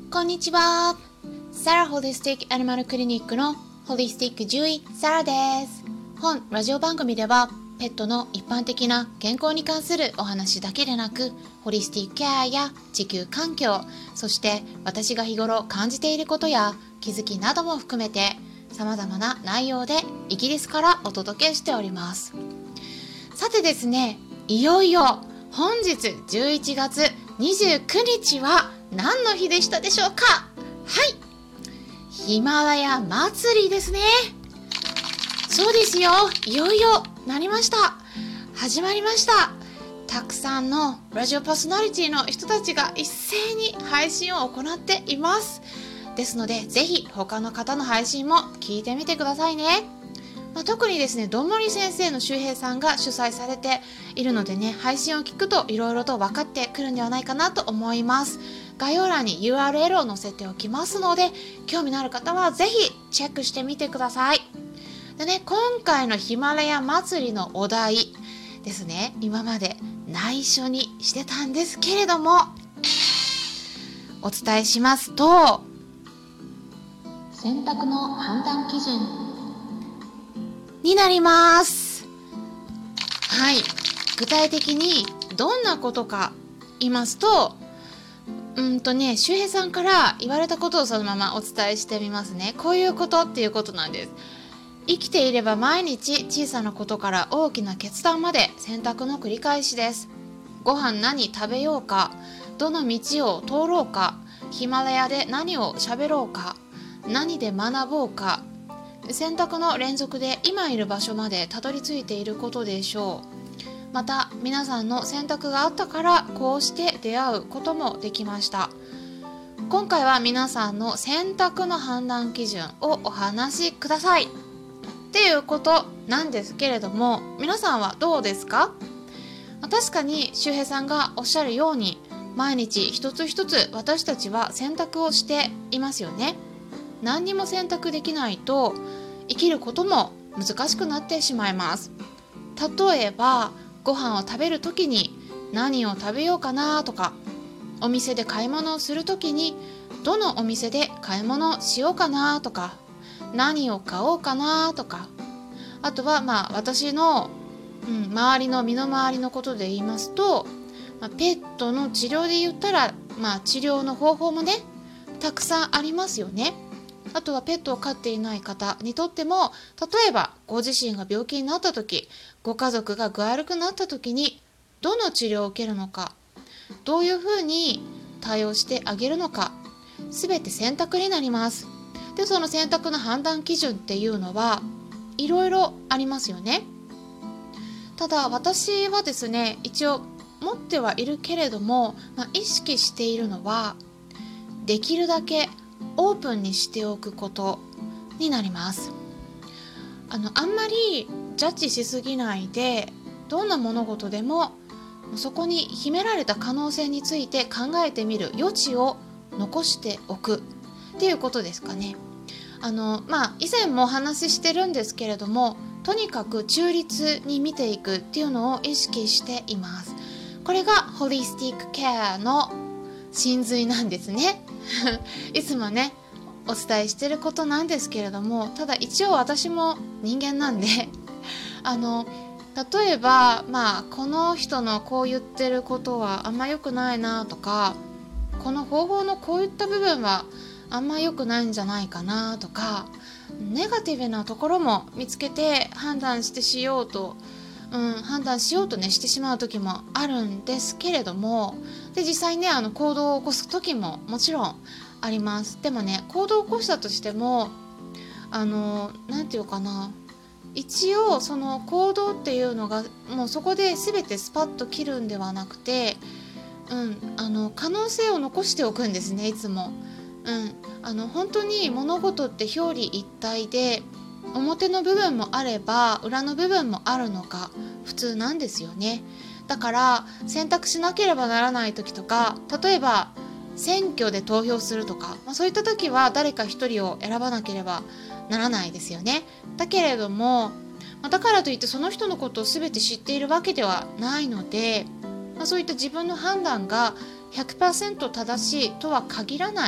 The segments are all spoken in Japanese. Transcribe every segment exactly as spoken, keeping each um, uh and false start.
こんにちは。サラホリスティックアニマルクリニックのホリスティック獣医サラです。本ラジオ番組ではペットの一般的な健康に関するお話だけでなく、ホリスティックケアや地球環境、そして私が日頃感じていることや気づきなども含めて様々な内容でイギリスからお届けしております。さてですね、いよいよ本日じゅういちがつにじゅうくにちは何の日でしたでしょうか？はい、ヒマラヤ祭りですね。そうですよ、いよいよなりました。始まりました。たくさんのラジオパーソナリティの人たちが一斉に配信を行っています。ですので、ぜひ他の方の配信も聞いてみてくださいね。まあ、特にですね、どんもり先生の周平さんが主催されているのでね、配信を聞くといろいろと分かってくるんではないかなと思います。概要欄に ユーアールエル を載せておきますので、興味のある方はぜひチェックしてみてください。でね、今回のヒマラヤ祭りのお題ですね、今まで内緒にしてたんですけれども、お伝えしますと、選択の判断基準になります。はい、具体的にどんなことか言いますと、うんとね、周平さんから言われたことをそのままお伝えしてみますね。こういうことっていうことなんです。生きていれば毎日小さなことから大きな決断まで選択の繰り返しです。ご飯何食べようか、どの道を通ろうか、ヒマラヤで何を喋ろうか、何で学ぼうか、選択の連続で今いる場所までたどり着いていることでしょう。また皆さんの選択があったからこうして出会うこともできました。今回は皆さんの選択の判断基準をお話しくださいっていうことなんですけれども、皆さんはどうですか？確かに周平さんがおっしゃるように、毎日一つ一つ私たちは選択をしていますよね。何にも選択できないと生きることも難しくなってしまいます。例えばご飯を食べるときに何を食べようかなとか、お店で買い物をするときにどのお店で買い物しようかなとか、何を買おうかなとか、あとはまあ私の、うん、周りの身の回りのことで言いますと、まあ、ペットの治療で言ったら、まあ、治療の方法もねたくさんありますよね。あとはペットを飼っていない方にとっても、例えばご自身が病気になった時、ご家族が具合悪くなった時にどの治療を受けるのか、どういうふうに対応してあげるのか、すべて選択になります。で、その選択の判断基準っていうのはいろいろありますよね。ただ私はですね、一応持ってはいるけれども、まあ、意識しているのはできるだけオープンにしておくことになります。あの、あんまりジャッジしすぎないで、どんな物事でもそこに秘められた可能性について考えてみる余地を残しておくっていうことですかね。あの、まあ、以前もお話ししてるんですけれども、とにかく中立に見ていくっていうのを意識しています。これがホリスティックケアの真髄なんですね。いつもねお伝えしてることなんですけれども、ただ一応私も人間なんであの例えば、まあ、この人のこう言ってることはあんま良くないなとか、この方法のこういった部分はあんま良くないんじゃないかなとか、ネガティブなところも見つけて判断してしようと、うん、判断しようとねしてしまう時もあるんですけれども、で実際ねあの行動を起こす時ももちろんあります。でもね、行動を起こしたとしても、あのなんていうかな、一応その行動っていうのがもうそこで全てスパッと切るんではなくて、うん、あの可能性を残しておくんですね、いつも。うん、あの本当に物事って表裏一体で、表の部分もあれば裏の部分もあるのが普通なんですよね。だから選択しなければならない時とか、例えば選挙で投票するとか、まあ、そういった時は誰か一人を選ばなければならないですよね。だけれども、まあ、だからといってその人のことを全て知っているわけではないので、まあ、そういった自分の判断が ひゃくパーセント 正しいとは限らない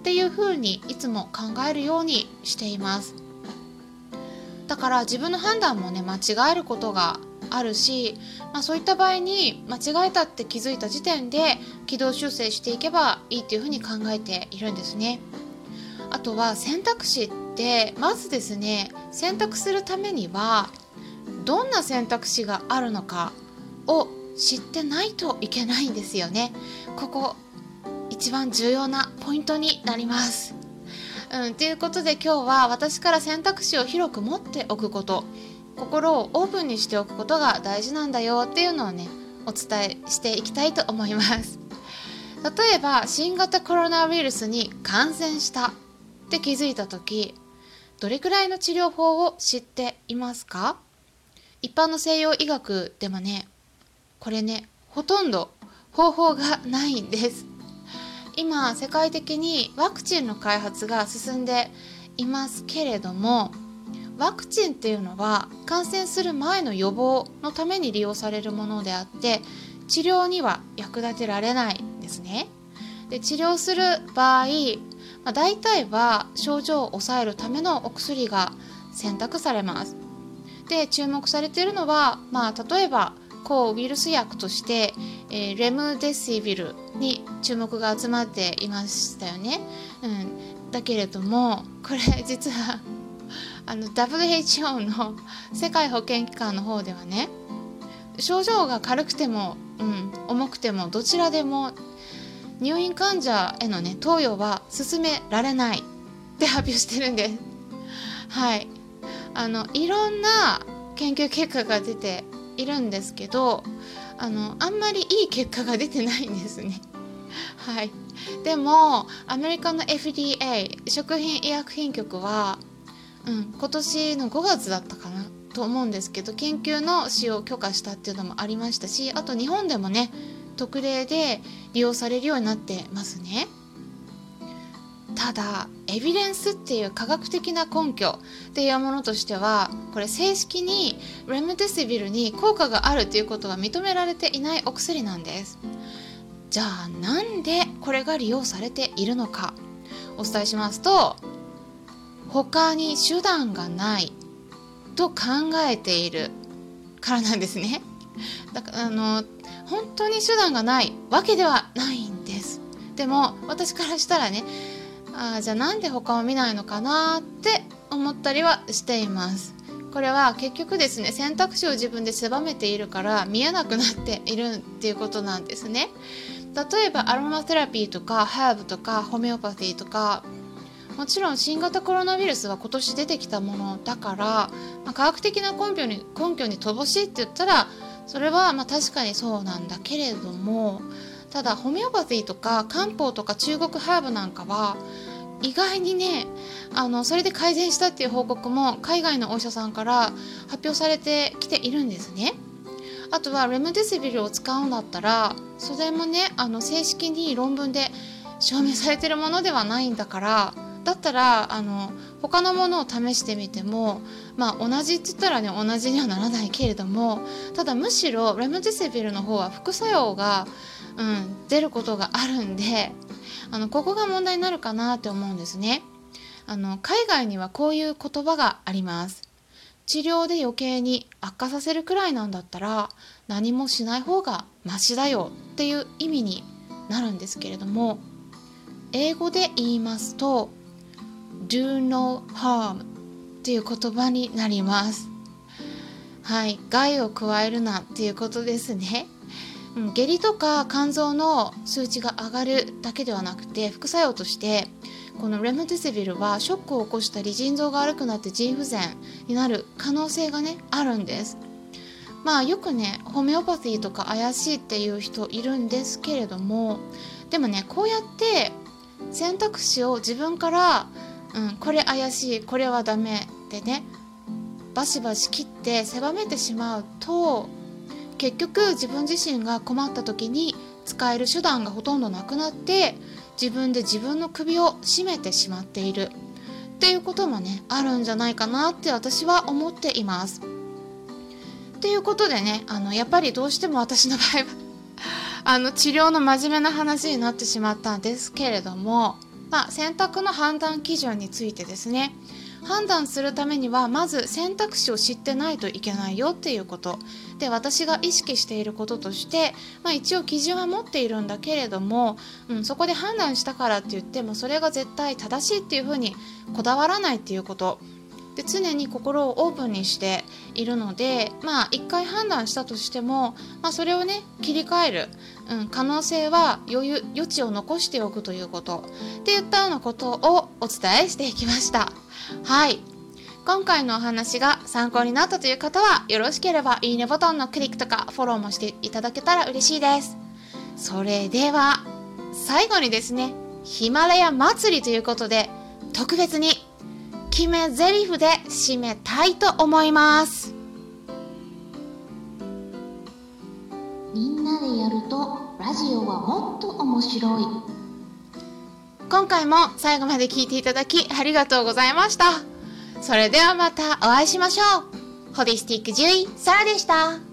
っていうふうにいつも考えるようにしています。だから自分の判断もね間違えることがあるし、まあ、そういった場合に間違えたって気づいた時点で軌道修正していけばいいっていうふうに考えているんですね。あとは選択肢ってまずですね、選択するためにはどんな選択肢があるのかを知ってないといけないんですよね。ここ一番重要なポイントになります。うん、ということで今日は私から選択肢を広く持っておくこと、心をオープンにしておくことが大事なんだよっていうのをねお伝えしていきたいと思います。例えば新型コロナウイルスに感染したって気づいた時、どれくらいの治療法を知っていますか？一般の西洋医学でもね、これねほとんど方法がないんです。今世界的にワクチンの開発が進んでいますけれども、ワクチンっていうのは感染する前の予防のために利用されるものであって治療には役立てられないんですね。で治療する場合、まあ、大体は症状を抑えるためのお薬が選択されます。で注目されているのは、まあ、例えば抗ウイルス薬として、えー、レムデシビルに注目が集まっていましたよね。うん、だけれどもこれ実はあの ダブリューエイチオー の世界保健機関の方ではね、症状が軽くても、うん、重くてもどちらでも入院患者への、ね、投与は勧められないって発表してるんです。はい、あのいろんな研究結果が出ているんですけど、あのあんまりいい結果が出てないんですね。はい、でもアメリカの エフディーエー 食品医薬品局は、うん、今年のごがつだったかなと思うんですけど研究の使用を許可したっていうのもありましたし、あと日本でもね特例で利用されるようになってますね。ただエビデンスっていう科学的な根拠っていうものとしては、これ正式にレムデシビルに効果があるっていうことは認められていないお薬なんです。じゃあなんでこれが利用されているのかお伝えしますと、他に手段がないと考えているからなんですね。だからあの本当に手段がないわけではないんです。でも私からしたらね、あじゃあなんで他を見ないのかなって思ったりはしています。これは結局ですね、選択肢を自分で狭めているから見えなくなっているっていうことなんですね。例えばアロマセラピーとかハーブとかホメオパシーとか、もちろん新型コロナウイルスは今年出てきたものだから、まあ、科学的な根拠に根拠に乏しいって言ったらそれはまあ確かにそうなんだけれども、ただホメオパシーとか漢方とか中国ハーブなんかは意外にね、あのそれで改善したっていう報告も海外のお医者さんから発表されてきているんですね。あとはレムデシビルを使うんだったらそれもね、あの正式に論文で証明されてるものではないんだから、だったらあの他のものを試してみても、まあ同じって言ったらね同じにはならないけれども、ただむしろレムデシビルの方は副作用が、うん、出ることがあるんで、あのここが問題になるかなって思うんですね。あの海外にはこういう言葉があります。治療で余計に悪化させるくらいなんだったら何もしない方がマシだよっていう意味になるんですけれども、英語で言いますと do no harm っていう言葉になります。はい、害を加えるなっていうことですね。うん、下痢とか肝臓の数値が上がるだけではなくて、副作用としてこのレムデシビルはショックを起こしたり腎臓が悪くなって腎不全になる可能性がねあるんです。まあよくねホメオパシーとか怪しいっていう人いるんですけれども、でもねこうやって選択肢を自分から、うん、これ怪しいこれはダメでねバシバシ切って狭めてしまうと、結局自分自身が困った時に使える手段がほとんどなくなって自分で自分の首を絞めてしまっているっていうこともねあるんじゃないかなって私は思っています。ということでね、あのやっぱりどうしても私の場合はあの治療の真面目な話になってしまったんですけれども、 まあ、選択の判断基準についてですね。判断するためにはまず選択肢を知ってないといけないよっていうことで、私が意識していることとして、まあ、一応基準は持っているんだけれども、うん、そこで判断したからって言ってもそれが絶対正しいっていうふうにこだわらないっていうことで、常に心をオープンにしているので、まあ一回判断したとしても、まあ、それをね切り替える、うん、可能性は余裕余地を残しておくということっていったようなことをお伝えしていきました。はい、今回のお話が参考になったという方はよろしければいいねボタンのクリックとかフォローもしていただけたら嬉しいです。それでは最後にですね、ヒマラヤ祭りということで特別に決め台詞で締めたいと思います。みんなでやるとラジオはもっと面白い。今回も最後まで聞いていただきありがとうございました。それではまたお会いしましょう。ホリスティック獣医サラでした。